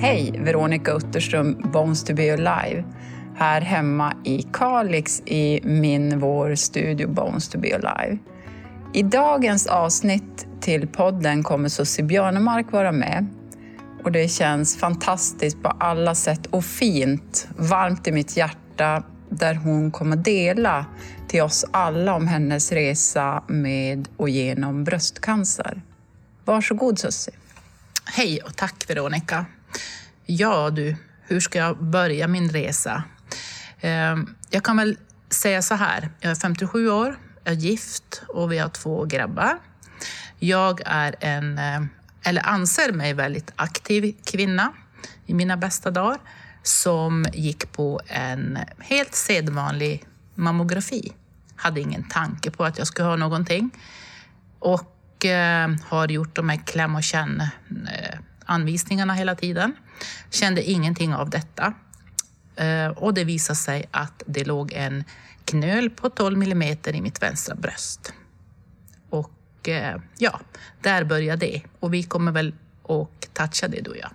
Hej, Veronica Utterström, Bones to be alive. Här hemma i Kalix i vår studio Bones to be alive. I dagens avsnitt till podden kommer Susie Björnemark vara med. Och det känns fantastiskt på alla sätt och fint, varmt i mitt hjärta, där hon kommer dela till oss alla om hennes resa med och genom bröstcancer. Varsågod Susie. Hej och tack Veronica. Ja du, hur ska jag börja min resa? Jag kan väl säga så här, jag är 57 år, jag är gift och vi har 2 grabbar. Jag är anser mig väldigt aktiv kvinna i mina bästa dagar som gick på en helt sedvanlig mammografi. Hade ingen tanke på att jag skulle ha någonting och har gjort de här kläm- och känn-anvisningarna hela tiden. Kände ingenting av detta. Och det visade sig att det låg en knöl på 12 millimeter i mitt vänstra bröst. Och ja, där började det. Och vi kommer väl att toucha det då, ja.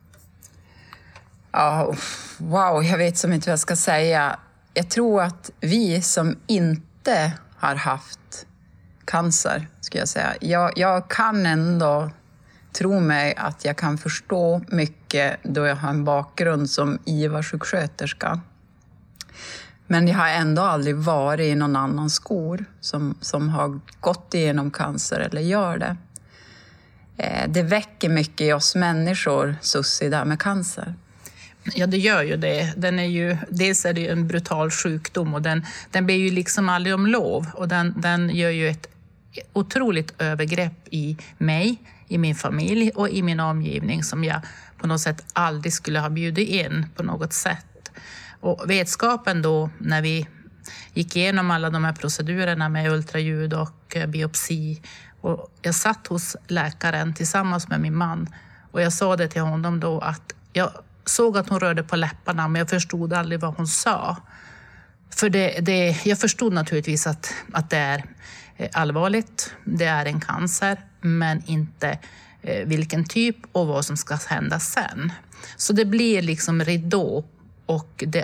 Ja, wow, jag vet som inte vad jag ska säga. Jag tror att vi som inte har haft cancer, ska jag säga. Jag kan ändå tro mig att jag kan förstå mycket då jag har en bakgrund som IVA-sjuksköterska. Men jag har ändå aldrig varit i någon annan skor som har gått igenom cancer eller gör det. Det väcker mycket i oss människor, Susie, där med cancer. Ja, det gör ju det. Dels är det en brutal sjukdom och den ber ju liksom aldrig om lov. Och den gör ju ett otroligt övergrepp i mig, i min familj och i min omgivning som jag på något sätt aldrig skulle ha bjudit in på något sätt. Och vetskapen då när vi gick igenom alla de här procedurerna med ultraljud och biopsi och jag satt hos läkaren tillsammans med min man och jag sa det till honom då att jag såg att hon rörde på läpparna men jag förstod aldrig vad hon sa. För jag förstod naturligtvis att det är allvarligt, det är en cancer men inte vilken typ och vad som ska hända sen. Så det blir liksom ridå och det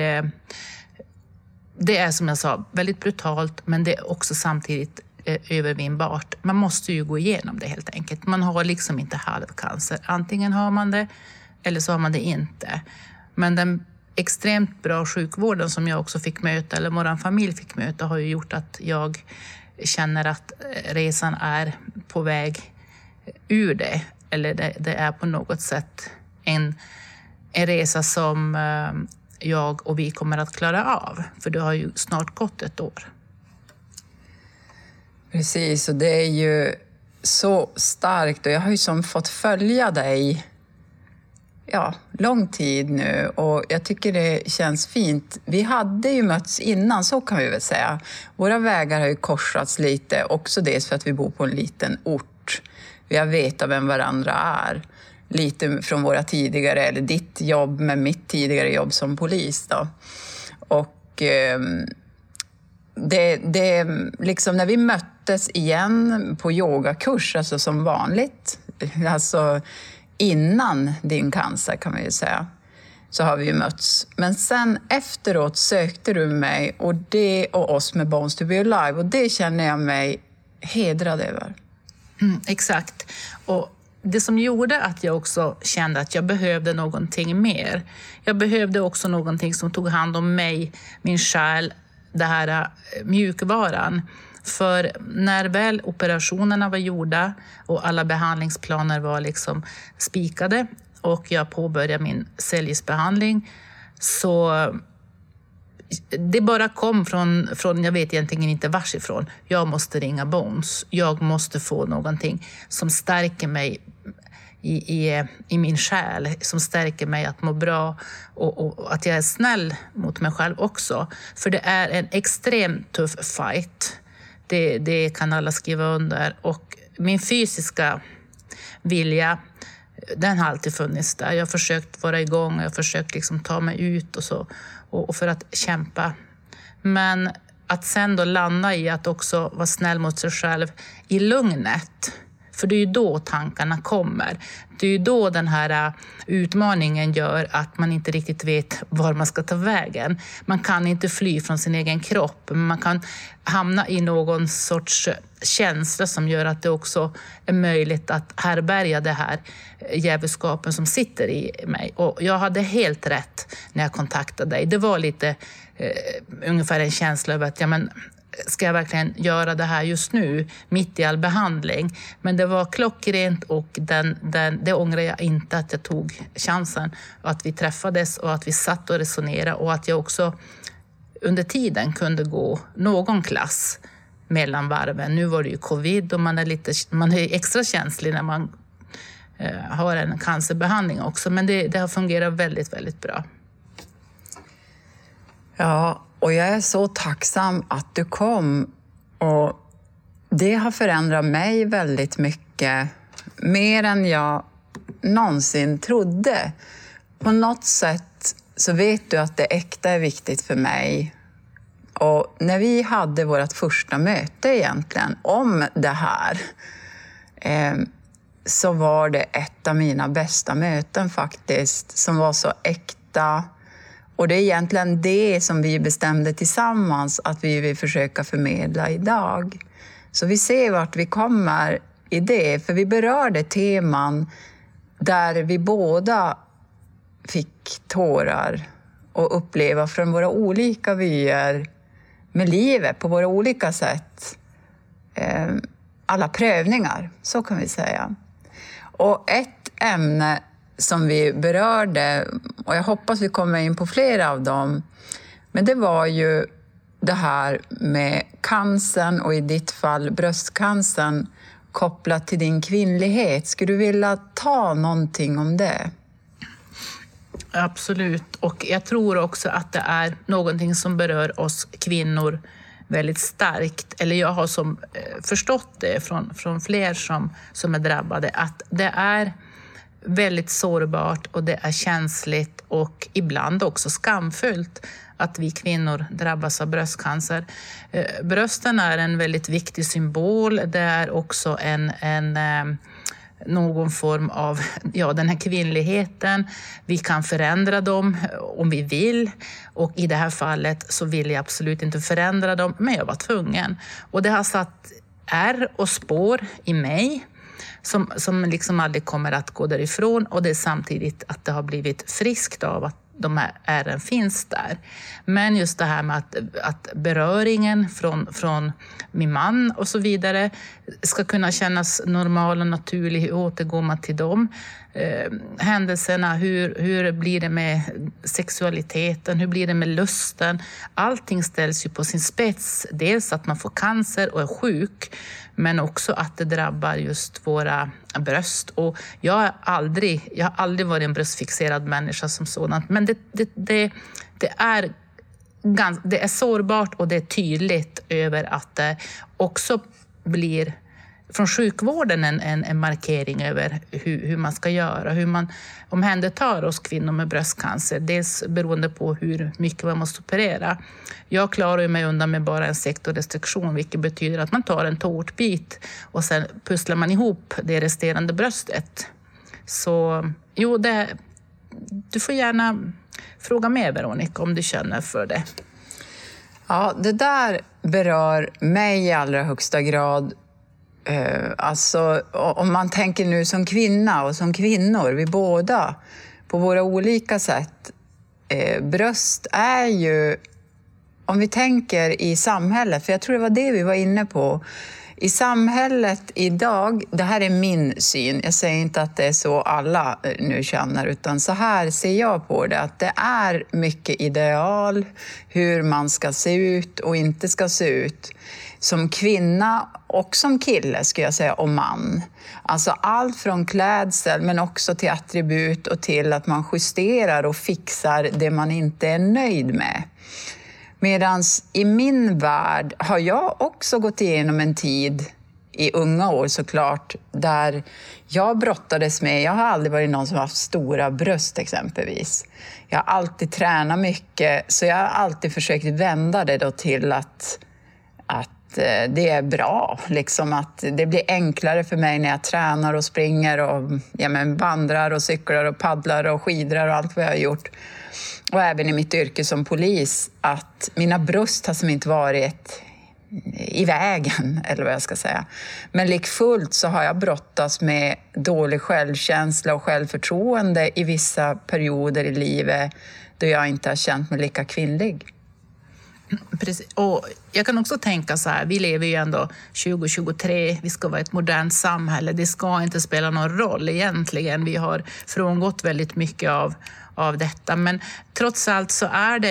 är som jag sa väldigt brutalt men det är också samtidigt övervinnbart. Man måste ju gå igenom det helt enkelt. Man har liksom inte halvcancer. Antingen har man det eller så har man det inte. Men den extremt bra sjukvården som jag också fick möta eller vår familj fick möta har ju gjort att jag känner att resan är på väg ur det. Eller det är på något sätt en resa som jag och vi kommer att klara av. För det har ju snart gått 1 år. Precis, och det är ju så starkt. Och jag har ju som fått följa dig lång tid nu och jag tycker det känns fint. Vi hade ju mötts innan, så kan vi väl säga. Våra vägar har ju korsats lite, också dels för att vi bor på en liten ort. Vi har vetat vem varandra är. Lite från våra tidigare, eller ditt jobb med mitt tidigare jobb som polis då. Och det liksom när vi möttes igen på yogakurs, alltså som vanligt, alltså innan din cancer kan man ju säga, så har vi ju mötts. Men sen efteråt sökte du mig och oss med Bones to be alive och det känner jag mig hedrad över. Exakt. Och det som gjorde att jag också kände att jag behövde någonting mer. Jag behövde också någonting som tog hand om mig, min själ, det här mjukvaran. För när väl operationerna var gjorda och alla behandlingsplaner var liksom spikade och jag påbörjade min cellgiftsbehandling så det bara kom från jag vet egentligen inte varsifrån. Jag måste ringa Bones. Jag måste få någonting som stärker mig i min själ, som stärker mig att må bra och att jag är snäll mot mig själv också. För det är en extremt tuff fight. Det kan alla skriva under. Och min fysiska vilja, den har alltid funnits där. Jag har försökt vara igång, jag har försökt liksom ta mig ut och så. Och för att kämpa. Men att sen då landa i att också vara snäll mot sig själv i lugnet. För det är ju då tankarna kommer. Det är ju då den här utmaningen gör att man inte riktigt vet var man ska ta vägen. Man kan inte fly från sin egen kropp, men man kan hamna i någon sorts känsla som gör att det också är möjligt att härbärga det här djävulskapen som sitter i mig. Och jag hade helt rätt när jag kontaktade dig. Det var lite ungefär en känsla över att ska jag verkligen göra det här just nu, mitt i all behandling? Men det var klockrent och det ångrar jag inte att jag tog chansen. Att vi träffades och att vi satt och resonerade och att jag också under tiden kunde gå någon klass mellan varven. Nu var det ju covid och man är extra känslig när man har en cancerbehandling också. Men det har fungerat väldigt, väldigt bra. Ja, och jag är så tacksam att du kom. Och det har förändrat mig väldigt mycket. Mer än jag någonsin trodde. På något sätt så vet du att det äkta är viktigt för mig. Och när vi hade vårt första möte egentligen om det här så var det ett av mina bästa möten faktiskt, som var så äkta. Och det är egentligen det som vi bestämde tillsammans att vi vill försöka förmedla idag. Så vi ser vart vi kommer i det, för vi berörde teman där vi båda fick tårar och uppleva från våra olika vyer med livet på våra olika sätt. Alla prövningar, så kan vi säga. Och ett ämne som vi berörde, och jag hoppas vi kommer in på flera av dem, men det var ju det här med cancern och i ditt fall bröstcancern kopplat till din kvinnlighet. Skulle du vilja ta någonting om det? Absolut, och jag tror också att det är någonting som berör oss kvinnor väldigt starkt. Eller jag har förstått det från fler som är drabbade, att det är väldigt sårbart och det är känsligt och ibland också skamfullt att vi kvinnor drabbas av bröstcancer. Brösten är en väldigt viktig symbol. Det är också någon form av den här kvinnligheten. Vi kan förändra dem om vi vill. Och i det här fallet så vill jag absolut inte förändra dem, men jag var tvungen. Och det har satt ärr och spår i mig som liksom aldrig kommer att gå därifrån. Och det är samtidigt att det har blivit friskt av att de här ärren finns där. Men just det här med att beröringen från min man och så vidare ska kunna kännas normal och naturlig. Hur återgår man till dem händelserna? Hur blir det med sexualiteten? Hur blir det med lusten? Allting ställs ju på sin spets. Dels att man får cancer och är sjuk, men också att det drabbar just våra bröst. Och jag har aldrig varit en bröstfixerad människa som sådant. Men det är sårbart och det är tydligt över att det också blir från sjukvården en markering över hur man ska göra, hur man omhändertar oss kvinnor med bröstcancer. Dels beroende på hur mycket man måste operera. Jag klarar mig undan med bara en sektorrestriktion, vilket betyder att man tar en tårtbit och sen pusslar man ihop det resterande bröstet. Så du får gärna fråga mig, Veronica, om du känner för det. Ja, det där berör mig i allra högsta grad. Alltså, om man tänker nu som kvinna och som kvinnor, vi båda på våra olika sätt. Bröst är ju, om vi tänker i samhället, för jag tror det var det vi var inne på. I samhället idag, det här är min syn, jag säger inte att det är så alla nu känner, utan så här ser jag på det, att det är mycket ideal, hur man ska se ut och inte ska se ut. Som kvinna och som kille, ska jag säga, och man. Alltså allt från klädsel men också till attribut och till att man justerar och fixar det man inte är nöjd med. Medan i min värld har jag också gått igenom en tid i unga år såklart, där jag brottades med, jag har aldrig varit någon som har haft stora bröst exempelvis. Jag har alltid tränat mycket, så jag har alltid försökt vända det då till att det är bra. Liksom att det blir enklare för mig när jag tränar och springer och vandrar och cyklar och paddlar och skidrar och allt vad jag har gjort. Och även i mitt yrke som polis, att mina bröst har som inte varit i vägen, eller vad jag ska säga. Men likfullt så har jag brottats med dålig självkänsla och självförtroende i vissa perioder i livet då jag inte har känt mig lika kvinnlig. Precis. Och jag kan också tänka så här, vi lever ju ändå 2023, vi ska vara ett modernt samhälle, det ska inte spela någon roll egentligen. Vi har frångått väldigt mycket av detta, men trots allt så är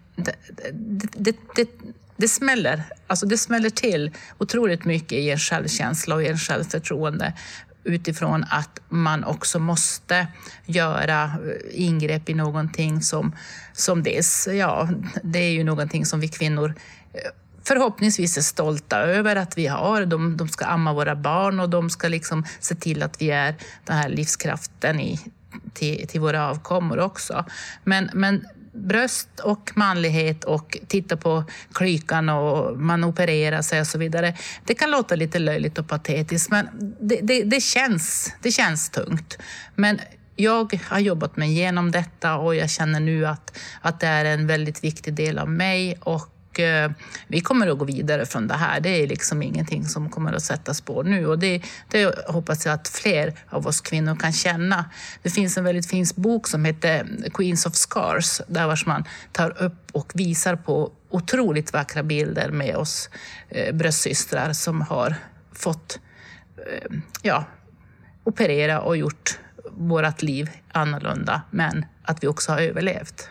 det smäller. Alltså det smäller till otroligt mycket i en självkänsla och i en självförtroende utifrån att man också måste göra ingrepp i någonting som det är ju någonting som vi kvinnor förhoppningsvis är stolta över att vi har. De ska amma våra barn och de ska liksom se till att vi är den här livskraften till våra avkommor också. Men bröst och manlighet och titta på klykan och man opererar sig och så vidare. Det kan låta lite löjligt och patetiskt, men det känns tungt. Men jag har jobbat mig igenom detta och jag känner nu att det är en väldigt viktig del av mig och vi kommer att gå vidare från det här. Det är liksom ingenting som kommer att sätta spår nu och det hoppas jag att fler av oss kvinnor kan känna. Det finns en väldigt fin bok som heter Queens of Scars där vars man tar upp och visar på otroligt vackra bilder med oss bröstsystrar som har fått operera och gjort vårt liv annorlunda, men att vi också har överlevt.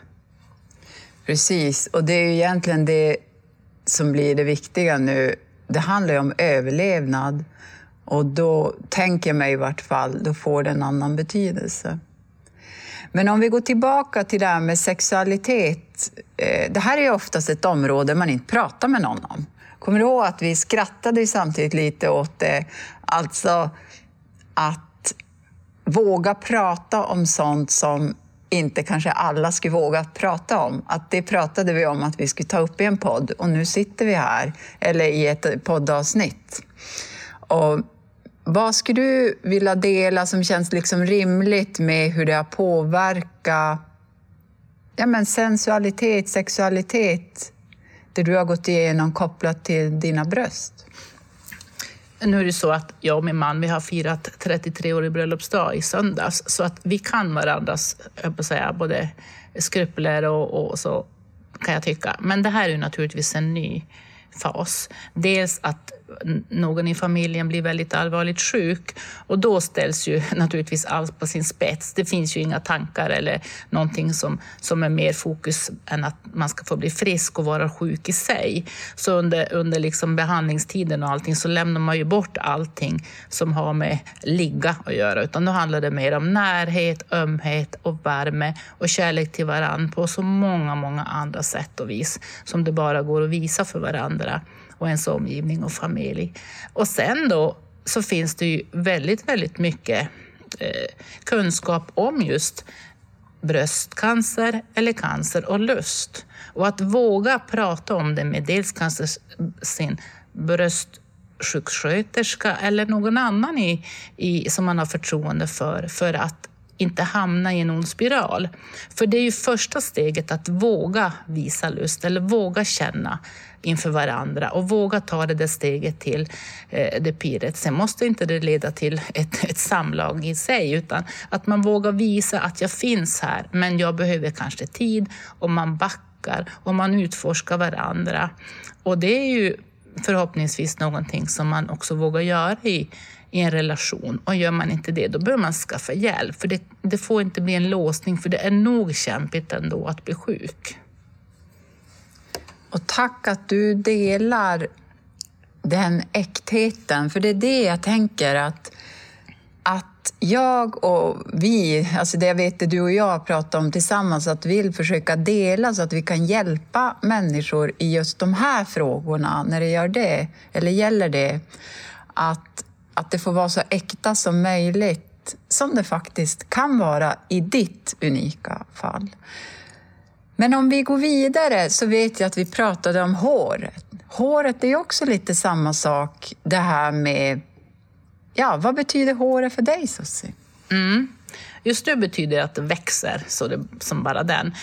Precis, och det är ju egentligen det som blir det viktiga nu. Det handlar ju om överlevnad och då tänker jag mig i vart fall, då får det en annan betydelse. Men om vi går tillbaka till det här med sexualitet. Det här är ju oftast ett område man inte pratar med någon om. Kommer du ihåg att vi skrattade samtidigt lite åt det? Alltså att våga prata om sånt som inte kanske alla skulle våga prata om. Att det pratade vi om att vi skulle ta upp i en podd och nu sitter vi här, eller i ett poddavsnitt. Och vad skulle du vilja dela som känns liksom rimligt med hur det har påverkat sensualitet, sexualitet, det du har gått igenom kopplat till dina bröst? Nu är det så att jag och min man, vi har firat 33-årig bröllopsdag i söndags. Så att vi kan varandras, både skrupler och så kan jag tycka. Men det här är ju naturligtvis en ny fas. Dels att någon i familjen blir väldigt allvarligt sjuk och då ställs ju naturligtvis allt på sin spets. Det finns ju inga tankar eller någonting som är mer fokus än att man ska få bli frisk och vara sjuk i sig. Så under liksom behandlingstiden och allting så lämnar man ju bort allting som har med ligga att göra, utan då handlar det mer om närhet, ömhet och värme och kärlek till varandra på så många andra sätt och vis som det bara går att visa för varandra och ens omgivning och familj. Och sen då så finns det ju väldigt, väldigt mycket kunskap om just bröstcancer eller cancer och lust. Och att våga prata om det med dels kanske sin bröstsjuksköterska eller någon annan som man har förtroende för att inte hamna i en ond spiral. För det är ju första steget att våga visa lust eller våga känna inför varandra och våga ta det där steget till det pirret. Sen måste inte det leda till ett samlag i sig, utan att man vågar visa att jag finns här men jag behöver kanske tid, och man backar och man utforskar varandra. Och det är ju förhoppningsvis någonting som man också vågar göra i en relation. Och gör man inte det, då bör man skaffa hjälp. För det får inte bli en låsning, för det är nog kämpigt ändå att bli sjuk. Och tack att du delar den äktheten. För det är det jag tänker att jag och vi, alltså det jag vet det du och jag pratar om tillsammans, att vi vill försöka dela så att vi kan hjälpa människor i just de här frågorna när det gör det, eller gäller det, att det får vara så äkta som möjligt, som det faktiskt kan vara i ditt unika fall. Men om vi går vidare så vet jag att vi pratade om håret. håret är ju också lite samma sak. Det här med, vad betyder håret för dig, Susie? Just nu betyder det att det växer så det, som bara den.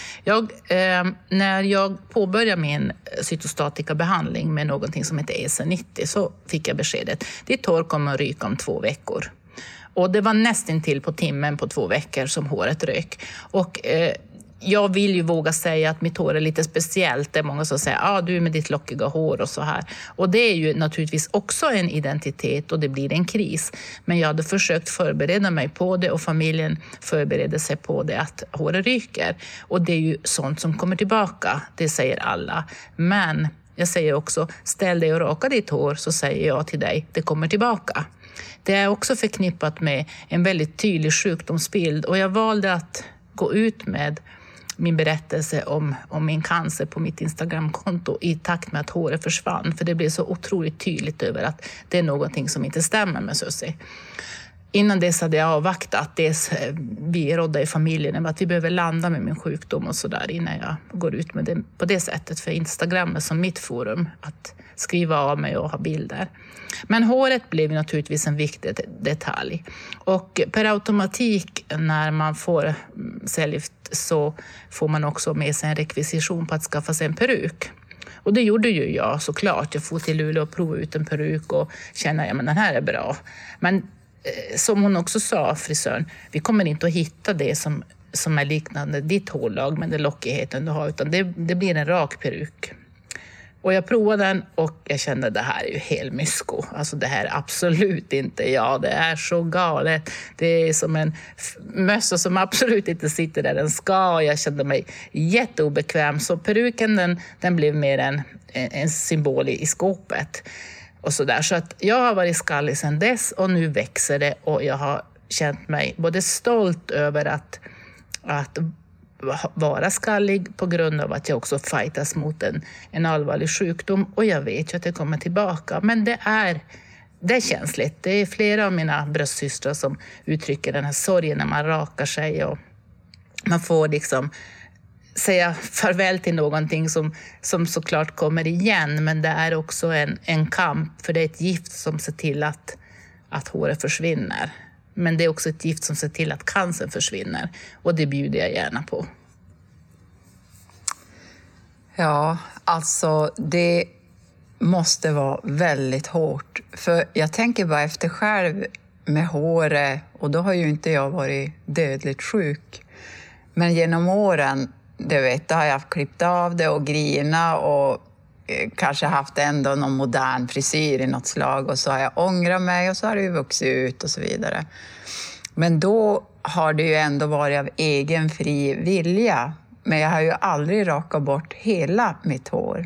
När jag påbörjade min cytostatika behandling med någonting som heter EC90 så fick jag beskedet: ditt hår kommer att ryka om 2 veckor. Och det var nästan till på timmen på 2 veckor som håret rök. Och jag vill ju våga säga att mitt hår är lite speciellt. Det är många som säger, du med ditt lockiga hår och så här. Och det är ju naturligtvis också en identitet och det blir en kris. Men jag hade försökt förbereda mig på det och familjen förberedde sig på det, att håret ryker. Och det är ju sånt som kommer tillbaka, det säger alla. Men jag säger också, ställ dig och raka ditt hår, så säger jag till dig, det kommer tillbaka. Det är också förknippat med en väldigt tydlig sjukdomsbild och jag valde att gå ut med min berättelse om min cancer på mitt Instagramkonto i takt med att håret försvann. För det blev så otroligt tydligt över att det är någonting som inte stämmer med Susie. Innan dess hade jag avvaktat. Vi rådde i familjen att vi behöver landa med min sjukdom och sådär innan jag går ut med det på det sättet. För Instagram är som mitt forum att skriva av mig och ha bilder. Men håret blev naturligtvis en viktig detalj. Och per automatik när man får cellgift så får man också med sig en rekvisition på att skaffa sig en peruk. Och det gjorde ju jag såklart. Jag får till Luleå och prova ut en peruk och känna att den här är bra. Men som hon också sa, frisören, vi kommer inte att hitta det som är liknande ditt hårlag med den lockigheten du har, utan det blir en rak peruk. Och jag provade den och jag kände att det här är ju helt mysko. Alltså det här är absolut inte jag. Det är så galet. Det är som en mössa som absolut inte sitter där den ska. Jag kände mig jätteobekväm. Så peruken den blev mer en symbol i skåpet. Och så där. Så att jag har varit skallig sedan dess och nu växer det. Och jag har känt mig både stolt över att vara skallig på grund av att jag också fightas mot en allvarlig sjukdom. Och jag vet ju att det kommer tillbaka. Men det är känsligt. Det är flera av mina bröstsystrar som uttrycker den här sorgen när man rakar sig. Och man får liksom säga farväl till någonting som såklart kommer igen. Men det är också en kamp. För det är ett gift som ser till att håret försvinner. Men det är också ett gift som ser till att cancern försvinner. Och det bjuder jag gärna på. Ja, alltså det måste vara väldigt hårt. För jag tänker bara efter själv med håret. Och då har ju inte jag varit dödligt sjuk. Men genom åren, då har jag klippt av det och grina och kanske haft ändå någon modern frisyr i något slag och så har jag ångrat mig och så har det ju vuxit ut och så vidare. Men då har det ju ändå varit av egen fri vilja. Men jag har ju aldrig rakat bort hela mitt hår.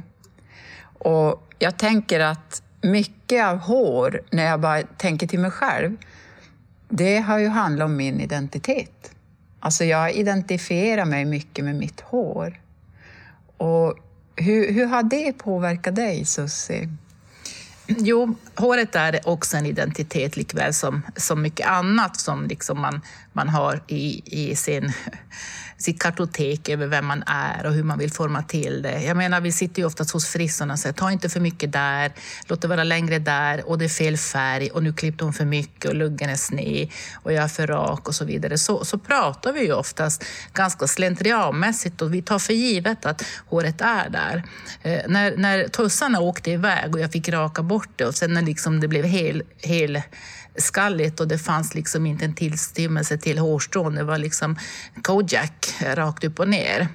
Och jag tänker att mycket av hår, när jag bara tänker till mig själv, det har ju handlat om min identitet. Alltså jag identifierar mig mycket med mitt hår. Och hur har det påverkat dig, Susie? Jo, håret är också en identitet likväl som mycket annat som liksom man har i sitt kartotek över vem man är och hur man vill forma till det. Jag menar, vi sitter ju oftast hos frisörerna och säger, ta inte för mycket där, låt det vara längre där och det är fel färg och nu klippte hon för mycket och luggen är sned och jag är för rak och så vidare. Så pratar vi ju oftast ganska slentrianmässigt och vi tar för givet att håret är där. När tussarna åkte iväg och jag fick raka bort det och sen när liksom det blev hel skalligt och det fanns liksom inte en tillstymmelse till hårstrån. Det var liksom Kojak rakt upp och ner.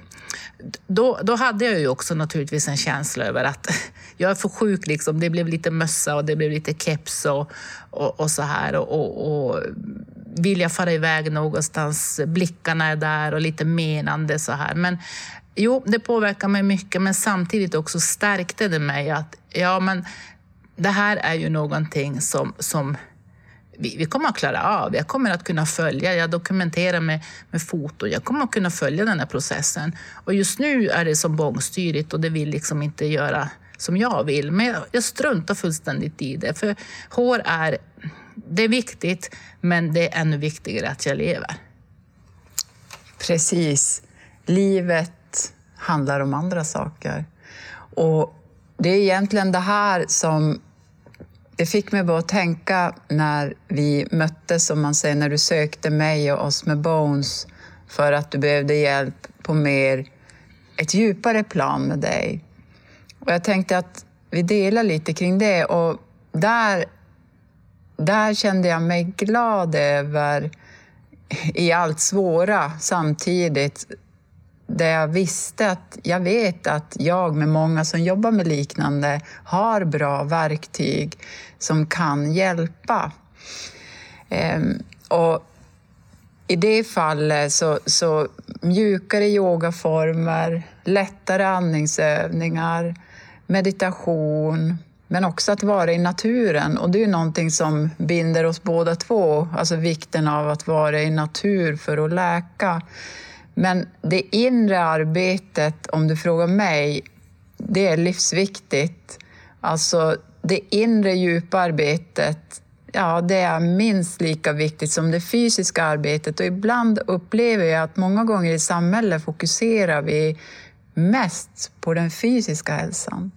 Då hade jag ju också naturligtvis en känsla över att jag är för sjuk liksom. Det blev lite mössa och det blev lite keps och så här. Och vill jag fara iväg någonstans, blickarna är där och lite menande så här. Men jo, det påverkar mig mycket men samtidigt också stärkte det mig att men det här är ju någonting som vi kommer att klara av. Jag kommer att kunna följa, jag dokumenterar med foto. Jag kommer att kunna följa den här processen. Och just nu är det som bångstyrigt och det vill liksom inte göra som jag vill. Men jag struntar fullständigt i det. För hår det är viktigt, men det är ännu viktigare att jag lever. Precis. Livet handlar om andra saker. Och det är egentligen det här som det fick mig bara att tänka när vi möttes, som man säger, när du sökte mig och oss med Bones för att du behövde hjälp på ett djupare plan med dig. Och jag tänkte att vi delar lite kring det, och där kände jag mig glad över i allt svåra samtidigt. Där jag vet att jag med många som jobbar med liknande har bra verktyg som kan hjälpa. Och i det fallet så mjukare yogaformer, lättare andningsövningar, meditation, men också att vara i naturen. Och det är någonting som binder oss båda två, alltså vikten av att vara i natur för att läka. Men det inre arbetet, om du frågar mig, det är livsviktigt. Alltså det inre djupa arbetet, ja, det är minst lika viktigt som det fysiska arbetet. Och ibland upplever jag att många gånger i samhället fokuserar vi mest på den fysiska hälsan.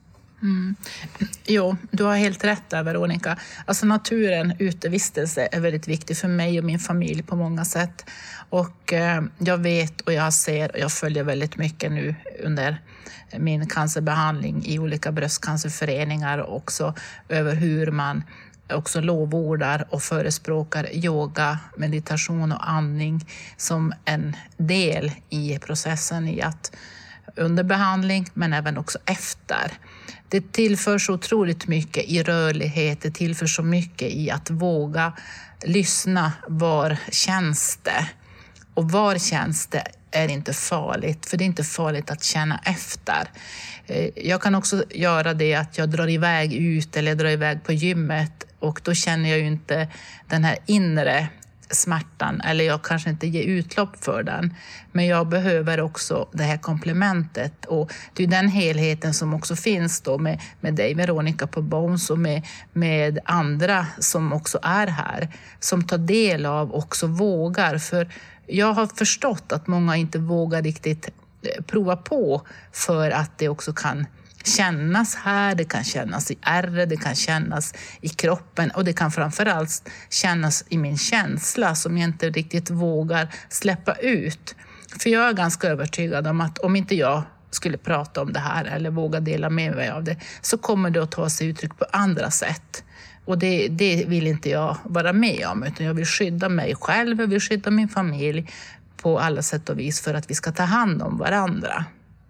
Jo, du har helt rätt där, Veronica. Alltså naturen, utevistelse är väldigt viktig för mig och min familj på många sätt. Och jag vet och jag ser och jag följer väldigt mycket nu under min cancerbehandling i olika bröstcancerföreningar också över hur man också lovordar och förespråkar yoga, meditation och andning som en del i processen i att under behandling men även också efter. Det tillför så otroligt mycket i rörlighet, det tillför så mycket i att våga lyssna. Var känns det? Och var känns det är inte farligt, för det är inte farligt att känna efter. Jag kan också göra det att jag drar iväg ut eller drar iväg på gymmet och då känner jag ju inte den här inre smärtan eller jag kanske inte ger utlopp för den. Men jag behöver också det här komplementet och det är den helheten som också finns då med dig Veronica på Bones och med andra som också är här. Som tar del av och också vågar. För jag har förstått att många inte vågar riktigt prova på för att det också kan kännas här, det kan kännas i ärret, det kan kännas i kroppen och det kan framförallt kännas i min känsla som jag inte riktigt vågar släppa ut. För jag är ganska övertygad om att om inte jag skulle prata om det här eller våga dela med mig av det så kommer det att ta sig uttryck på andra sätt. Och det vill inte jag vara med om utan jag vill skydda mig själv, jag vill skydda min familj på alla sätt och vis för att vi ska ta hand om varandra.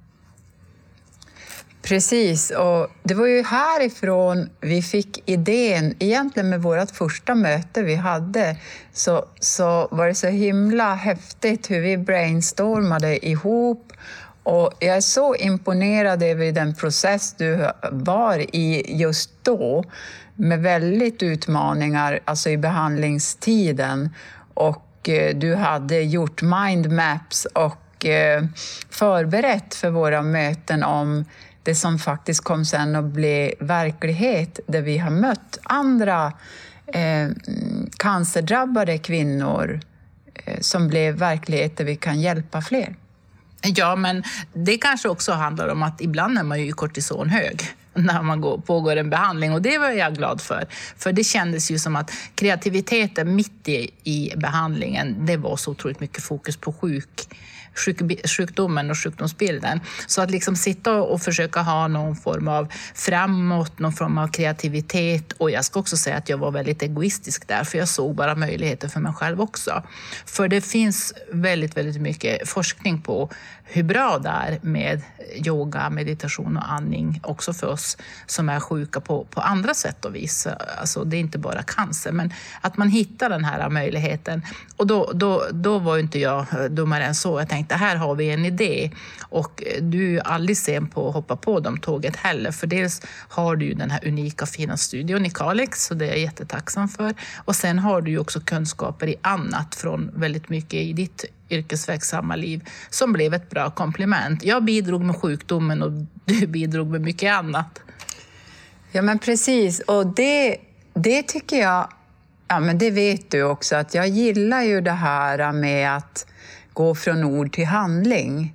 Precis, och det var ju härifrån vi fick idén, egentligen med vårt första möte vi hade, så var det så himla häftigt hur vi brainstormade ihop. Och jag är så imponerad över den process du var i just då, med väldigt utmaningar, alltså i behandlingstiden. Och du hade gjort mindmaps och förberett för våra möten om det som faktiskt kom sen att bli verklighet, där vi har mött andra cancerdrabbade kvinnor som blev verklighet där vi kan hjälpa fler. Ja, men det kanske också handlar om att ibland är man ju kortisonhög när man pågår en behandling och det var jag glad för. För det kändes ju som att kreativiteten mitt i behandlingen, det var så otroligt mycket fokus på sjukdomen och sjukdomsbilden. Så att liksom sitta och försöka ha någon form av framåt, någon form av kreativitet. Och jag ska också säga att jag var väldigt egoistisk där, för jag såg bara möjligheter för mig själv också. För det finns väldigt, väldigt mycket forskning på hur bra det är med yoga, meditation och andning också för oss som är sjuka på andra sätt och vis. Alltså det är inte bara cancer, men att man hittar den här möjligheten. Och då var ju inte jag dummare än så. Jag tänkte, här har vi en idé och du är aldrig sen på att hoppa på de tåget heller. För dels har du ju den här unika fina studion i Kalix, så det är jag jättetacksam för. Och sen har du ju också kunskaper i annat från väldigt mycket i ditt yrkesverksamma liv som blev ett bra komplement. Jag bidrog med sjukdomen och du bidrog med mycket annat. Ja, men precis. Och det tycker jag, ja men det vet du också, att jag gillar ju det här med att gå från ord till handling.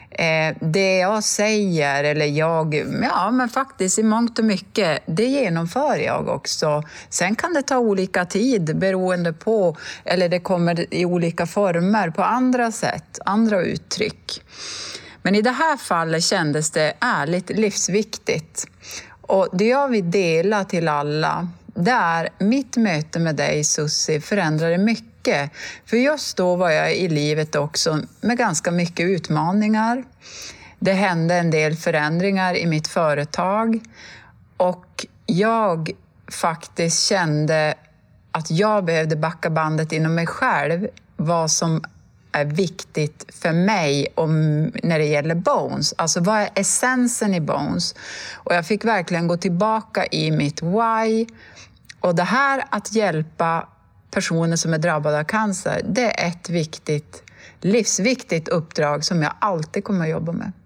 Det jag säger, eller men faktiskt i mångt och mycket, det genomför jag också. Sen kan det ta olika tid beroende på, eller det kommer i olika former på andra sätt, andra uttryck. Men i det här fallet kändes det ärligt livsviktigt. Och det jag vill dela till alla, det är mitt möte med dig, Susie, förändrade mycket. För just då var jag i livet också med ganska mycket utmaningar. Det hände en del förändringar i mitt företag. Och jag faktiskt kände att jag behövde backa bandet inom mig själv. Vad som är viktigt för mig när det gäller Bones. Alltså vad är essensen i Bones? Och jag fick verkligen gå tillbaka i mitt why. Och det här att hjälpa personer som är drabbade av cancer, det är ett livsviktigt uppdrag som jag alltid kommer att jobba med.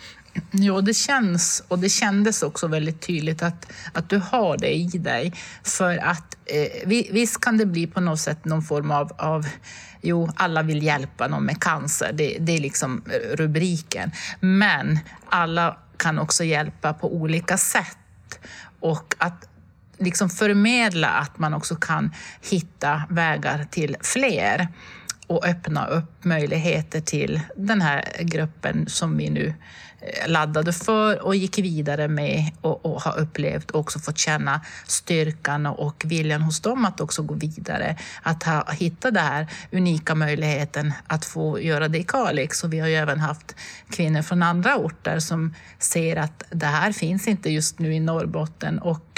Jo, det känns och det kändes också väldigt tydligt att du har det i dig. För att visst kan det bli på något sätt någon form av alla vill hjälpa någon med cancer. Det är liksom rubriken. Men alla kan också hjälpa på olika sätt. Och att liksom förmedla att man också kan hitta vägar till fler och öppna upp möjligheter till den här gruppen som vi nu laddade för och gick vidare med och har upplevt och också fått känna styrkan och viljan hos dem att också gå vidare. Att hitta den här unika möjligheten att få göra det i Kalix. Och vi har ju även haft kvinnor från andra orter som ser att det här finns inte just nu i Norrbotten. Och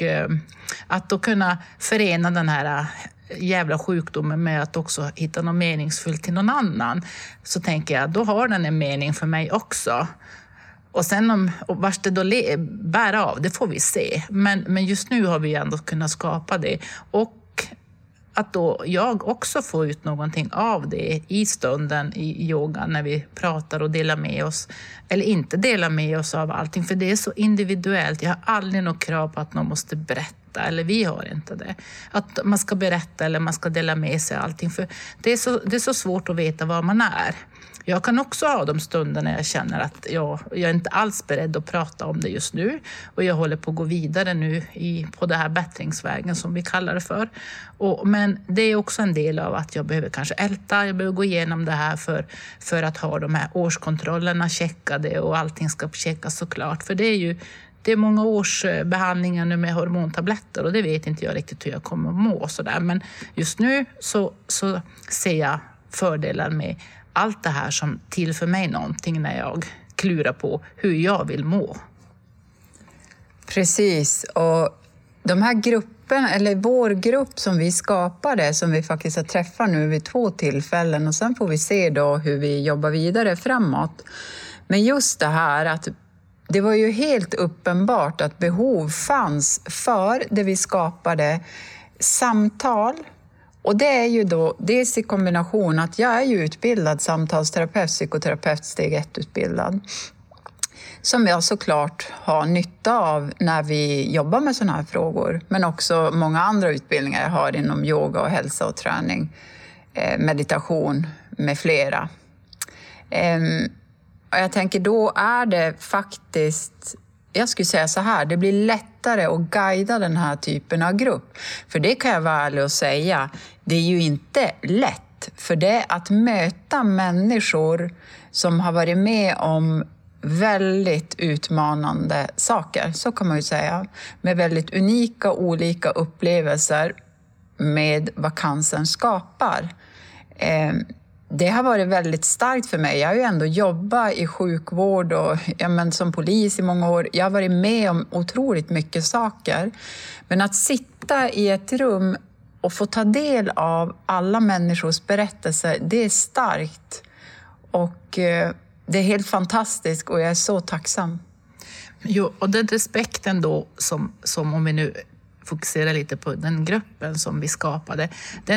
att då kunna förena den här jävla sjukdomen med att också hitta något meningsfullt till någon annan, så tänker jag, då har den en mening för mig också. Och sen vars det då bär av, det får vi se. Men just nu har vi ändå kunnat skapa det. Och att då jag också får ut någonting av det i stunden i yogan när vi pratar och delar med oss. Eller inte delar med oss av allting, för det är så individuellt. Jag har aldrig något krav på att någon måste berätta, eller vi har inte det. Att man ska berätta eller man ska dela med sig allting, för det är så svårt att veta vad man är. Jag kan också ha de stunder när jag känner att jag är inte alls beredd att prata om det just nu. Och jag håller på att gå vidare nu på det här bättringsvägen som vi kallar det för. Men det är också en del av att jag behöver kanske älta, jag behöver gå igenom det här för att ha de här årskontrollerna checkade och allting ska checkas såklart. För det är många års behandlingar nu med hormontabletter och det vet inte jag riktigt hur jag kommer att må. Sådär. Men just nu så ser jag fördelar med allt det här som tillför mig någonting när jag klurar på hur jag vill må. Precis, och de här grupperna, eller vår grupp som vi skapade, som vi faktiskt har träffat nu vid 2 tillfällen, och sen får vi se då hur vi jobbar vidare framåt. Men just det här att det var ju helt uppenbart att behov fanns för det vi skapade, samtal. Och det är ju då dels i kombination att jag är ju utbildad samtalsterapeut, psykoterapeut, steg 1-utbildad. Som jag såklart har nytta av när vi jobbar med sådana här frågor. Men också många andra utbildningar jag har inom yoga och hälsa och träning, meditation med flera. Och jag tänker då är det faktiskt, jag skulle säga så här, det blir lättare att guida den här typen av grupp. För det kan jag vara ärlig och säga, det är ju inte lätt. För det att möta människor som har varit med om väldigt utmanande saker, så kan man ju säga. Med väldigt unika olika upplevelser med vad cancern skapar. Det har varit väldigt starkt för mig. Jag har ju ändå jobbat i sjukvård och som polis i många år. Jag har varit med om otroligt mycket saker. Men att sitta i ett rum och få ta del av alla människors berättelser, det är starkt. Och det är helt fantastiskt och jag är så tacksam. Jo, och den respekten då som om vi nu fokusera lite på den gruppen som vi skapade.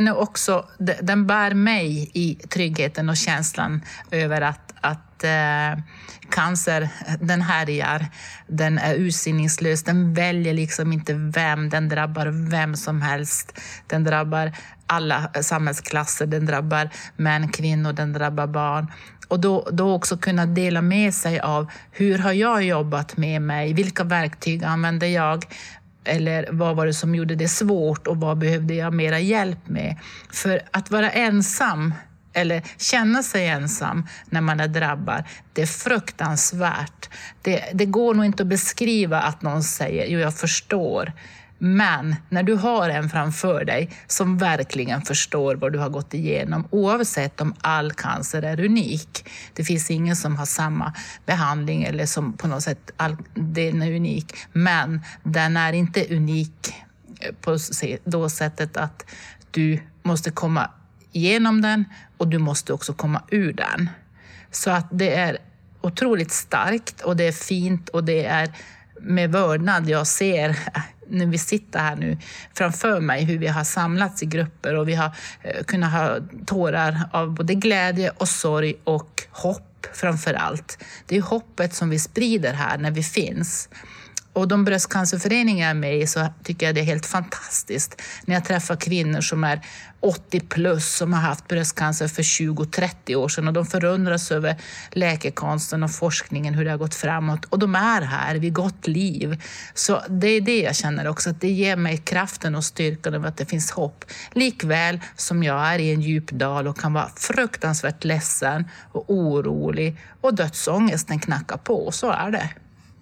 Den bär mig i tryggheten och känslan över att cancer, den härjar, den är ursinningslös, den väljer liksom inte vem, den drabbar vem som helst, den drabbar alla samhällsklasser, den drabbar män, kvinnor, den drabbar barn. Och då också kunna dela med sig av hur har jag jobbat med mig, vilka verktyg använder jag, eller vad var det som gjorde det svårt och vad behövde jag mera hjälp med. För att vara ensam eller känna sig ensam när man är drabbad, det är fruktansvärt. Det går nog inte att beskriva att någon säger, jo jag förstår. Men när du har en framför dig som verkligen förstår vad du har gått igenom, oavsett om all cancer är unik. Det finns ingen som har samma behandling eller som på något sätt den är unik. Men den är inte unik på det sättet att du måste komma igenom den och du måste också komma ur den. Så att det är otroligt starkt och det är fint och det är med vördnad jag ser när vi sitter här nu framför mig hur vi har samlats i grupper och vi har kunnat ha tårar av både glädje och sorg och hopp framför allt. Det är hoppet som vi sprider här när vi finns. Och de bröstcancerföreningar jag är med i så tycker jag det är helt fantastiskt när jag träffar kvinnor som är 80 plus som har haft bröstcancer för 20-30 år sedan och de förundras över läkekonsten och forskningen, hur det har gått framåt. Och de är här vid gott liv. Så det är det jag känner också, att det ger mig kraften och styrkan över att det finns hopp. Likväl som jag är i en djup dal och kan vara fruktansvärt ledsen och orolig och dödsångesten knackar på, så är det.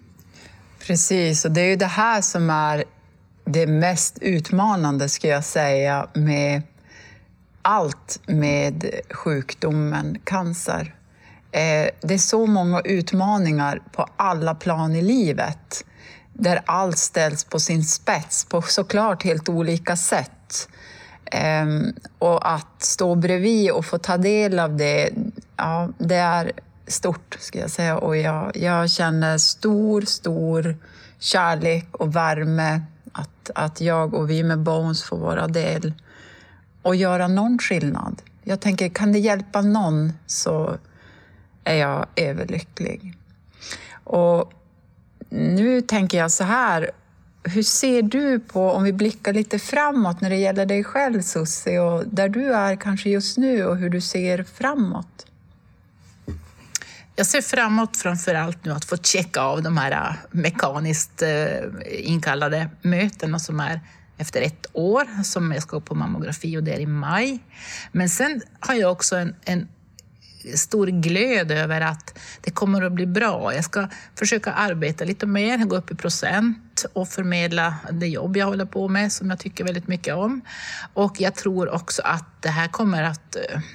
Precis, och det är ju det här som är det mest utmanande, ska jag säga, med allt med sjukdomen cancer. Det är så många utmaningar på alla plan i livet, där allt ställs på sin spets på såklart helt olika sätt. Och att stå bredvid och få ta del av det, ja, det är stort, ska jag säga, och jag känner stor kärlek och värme att jag och vi med Bones får vara del och göra någon skillnad. Jag tänker, kan det hjälpa någon så är jag överlycklig. Och nu tänker jag så här, hur ser du på, om vi blickar lite framåt när det gäller dig själv, Susie, och där du är kanske just nu och hur du ser framåt? Jag ser framåt framförallt nu att få checka av de här mekaniskt inkallade mötena som är efter 1 år, som jag ska på mammografi och det är i maj. Men sen har jag också en stor glöd över att det kommer att bli bra. Jag ska försöka arbeta lite mer, gå upp i procent och förmedla det jobb jag håller på med som jag tycker väldigt mycket om. Och jag tror också att det här kommer att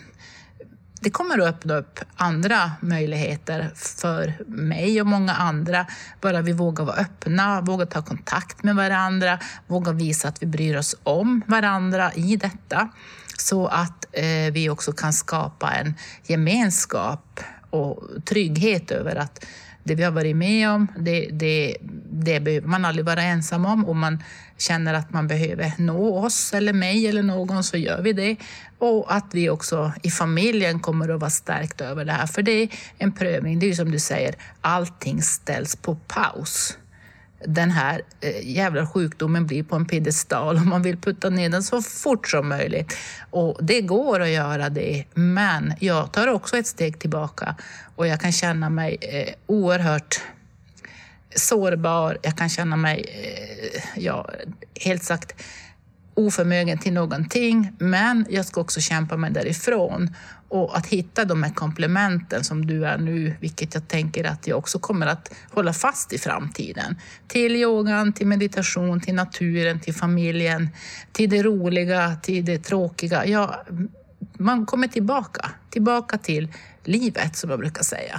öppna upp andra möjligheter för mig och många andra. Bara vi vågar vara öppna, vågar ta kontakt med varandra, vågar visa att vi bryr oss om varandra i detta. Så att vi också kan skapa en gemenskap och trygghet över att det vi har varit med om, det behöver man aldrig vara ensam om. Om man känner att man behöver nå oss eller mig eller någon, så gör vi det. Och att vi också i familjen kommer att vara stärkt över det här. För det är en prövning, det är ju som du säger, allting ställs på paus. Den här jävla sjukdomen blir på en piedestal och man vill putta ner den så fort som möjligt. Och det går att göra det, men jag tar också ett steg tillbaka och jag kan känna mig oerhört sårbar. Jag kan känna mig, helt sagt, oförmögen till någonting, men jag ska också kämpa mig därifrån. Och att hitta de här komplementen som du är nu, vilket jag tänker att jag också kommer att hålla fast i framtiden. Till yogan, till meditation, till naturen, till familjen, till det roliga, till det tråkiga. Ja, man kommer tillbaka till livet, som jag brukar säga.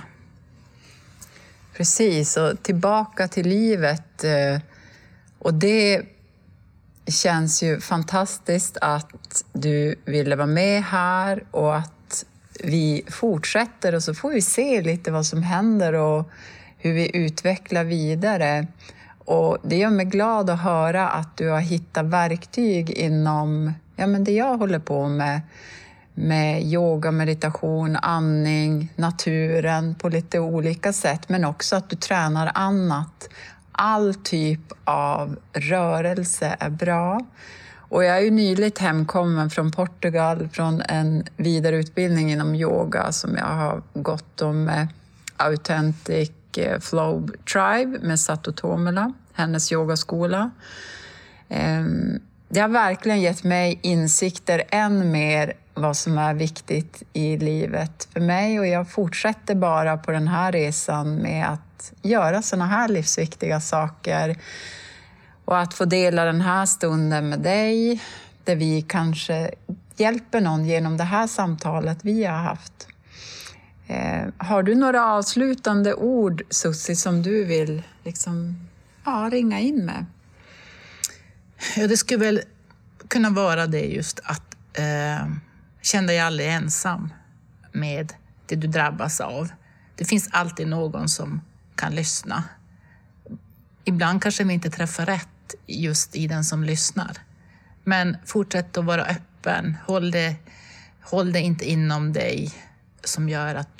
Precis, och tillbaka till livet. Och det känns ju fantastiskt att du ville vara med här och att vi fortsätter, och så får vi se lite vad som händer och hur vi utvecklar vidare. Och det gör mig glad att höra att du har hittat verktyg inom det jag håller på med yoga, meditation, andning, naturen på lite olika sätt, men också att du tränar annat. All typ av rörelse är bra. Och jag är ju nyligt hemkommen från Portugal från en vidareutbildning inom yoga som jag har gått om med Authentic Flow Tribe med Sato Tomela, hennes yogaskola. Det har verkligen gett mig insikter än mer vad som är viktigt i livet för mig, och jag fortsätter bara på den här resan med att göra såna här livsviktiga saker och att få dela den här stunden med dig där vi kanske hjälper någon genom det här samtalet vi har haft. Har du några avslutande ord, Susie, som du vill ringa in med? Ja, det skulle väl kunna vara det just att känn dig aldrig ensam med det du drabbas av. Det finns alltid någon som kan lyssna. Ibland kanske vi inte träffar rätt just i den som lyssnar. Men fortsätt att vara öppen. Håll det inte inom dig som gör att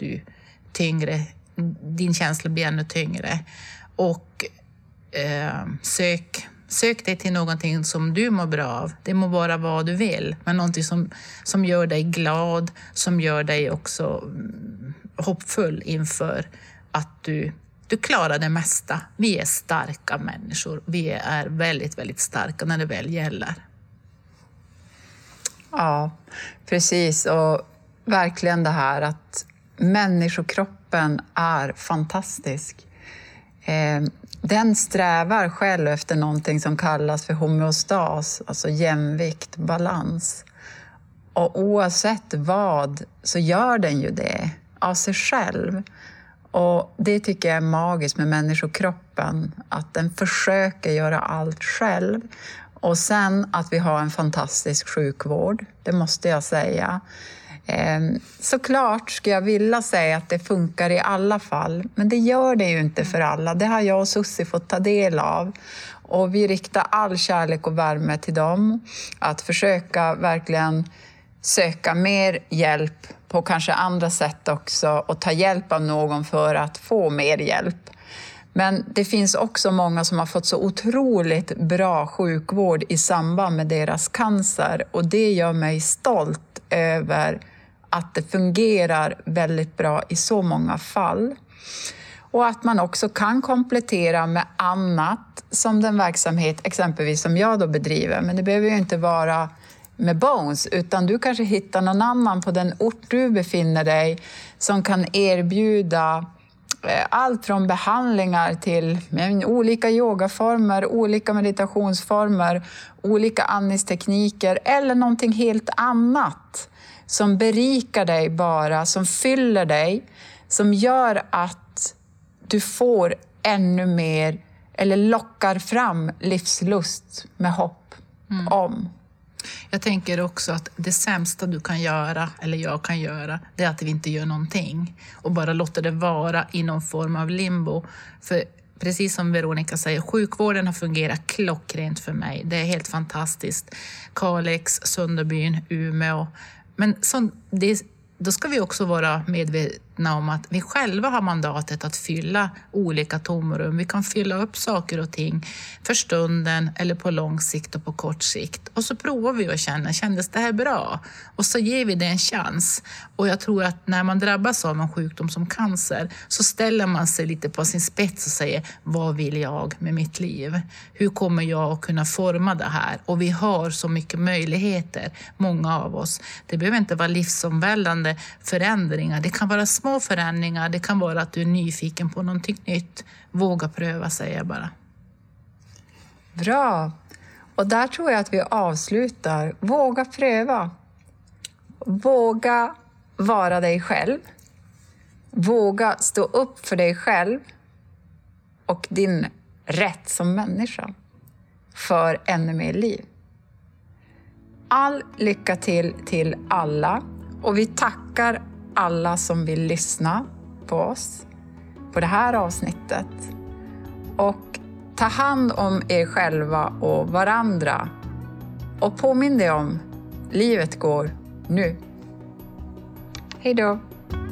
din känsla blir ännu tyngre. Och sök dig till någonting som du mår bra av. Det må vara vad du vill, men någonting som gör dig glad, som gör dig också hoppfull inför att du klarar det mesta. Vi är starka människor. Vi är väldigt, väldigt starka när det väl gäller. Ja, precis. Och verkligen det här att människokroppen är fantastisk. Den strävar själv efter någonting som kallas för homeostas, alltså jämvikt, balans. Och oavsett vad så gör den ju det av sig själv. Och det tycker jag är magiskt med människokroppen, att den försöker göra allt själv. Och sen att vi har en fantastisk sjukvård, det måste jag säga. Såklart skulle jag vilja säga att det funkar i alla fall, men det gör det ju inte för alla. Det har jag och Susie fått ta del av. Och vi riktar all kärlek och värme till dem. Att försöka verkligen söka mer hjälp på kanske andra sätt också och ta hjälp av någon för att få mer hjälp. Men det finns också många som har fått så otroligt bra sjukvård i samband med deras cancer, och det gör mig stolt över att det fungerar väldigt bra i så många fall. Och att man också kan komplettera med annat som den verksamhet exempelvis som jag då bedriver. Men det behöver ju inte vara med Bones, utan du kanske hittar någon annan på den ort du befinner dig som kan erbjuda allt från behandlingar till olika yogaformer, olika meditationsformer, olika andningstekniker eller någonting helt annat som berikar dig bara, som fyller dig, som gör att du får ännu mer eller lockar fram livslust med hopp om. Jag tänker också att det sämsta du kan göra, eller jag kan göra, det är att vi inte gör någonting och bara låter det vara i någon form av limbo. För precis som Veronica säger, sjukvården har fungerat klockrent för mig. Det är helt fantastiskt. Kalix, Sunderbyn, Umeå. Men då ska vi också vara medvetna om att vi själva har mandatet att fylla olika tomrum. Vi kan fylla upp saker och ting för stunden eller på lång sikt och på kort sikt. Och så provar vi och kändes det här bra? Och så ger vi det en chans. Och jag tror att när man drabbas av en sjukdom som cancer så ställer man sig lite på sin spets och säger, vad vill jag med mitt liv? Hur kommer jag att kunna forma det här? Och vi har så mycket möjligheter, många av oss. Det behöver inte vara livsomvälvande förändringar. Det kan vara små förändringar. Det kan vara att du är nyfiken på någonting nytt. Våga pröva, säger jag bara. Bra. Och där tror jag att vi avslutar. Våga pröva. Våga vara dig själv. Våga stå upp för dig själv och din rätt som människa för ännu mer liv. All lycka till alla. Och vi tackar alla som vill lyssna på oss på det här avsnittet. Och Ta hand om er själva och varandra. Och påminn dig om, livet går nu. Hej då!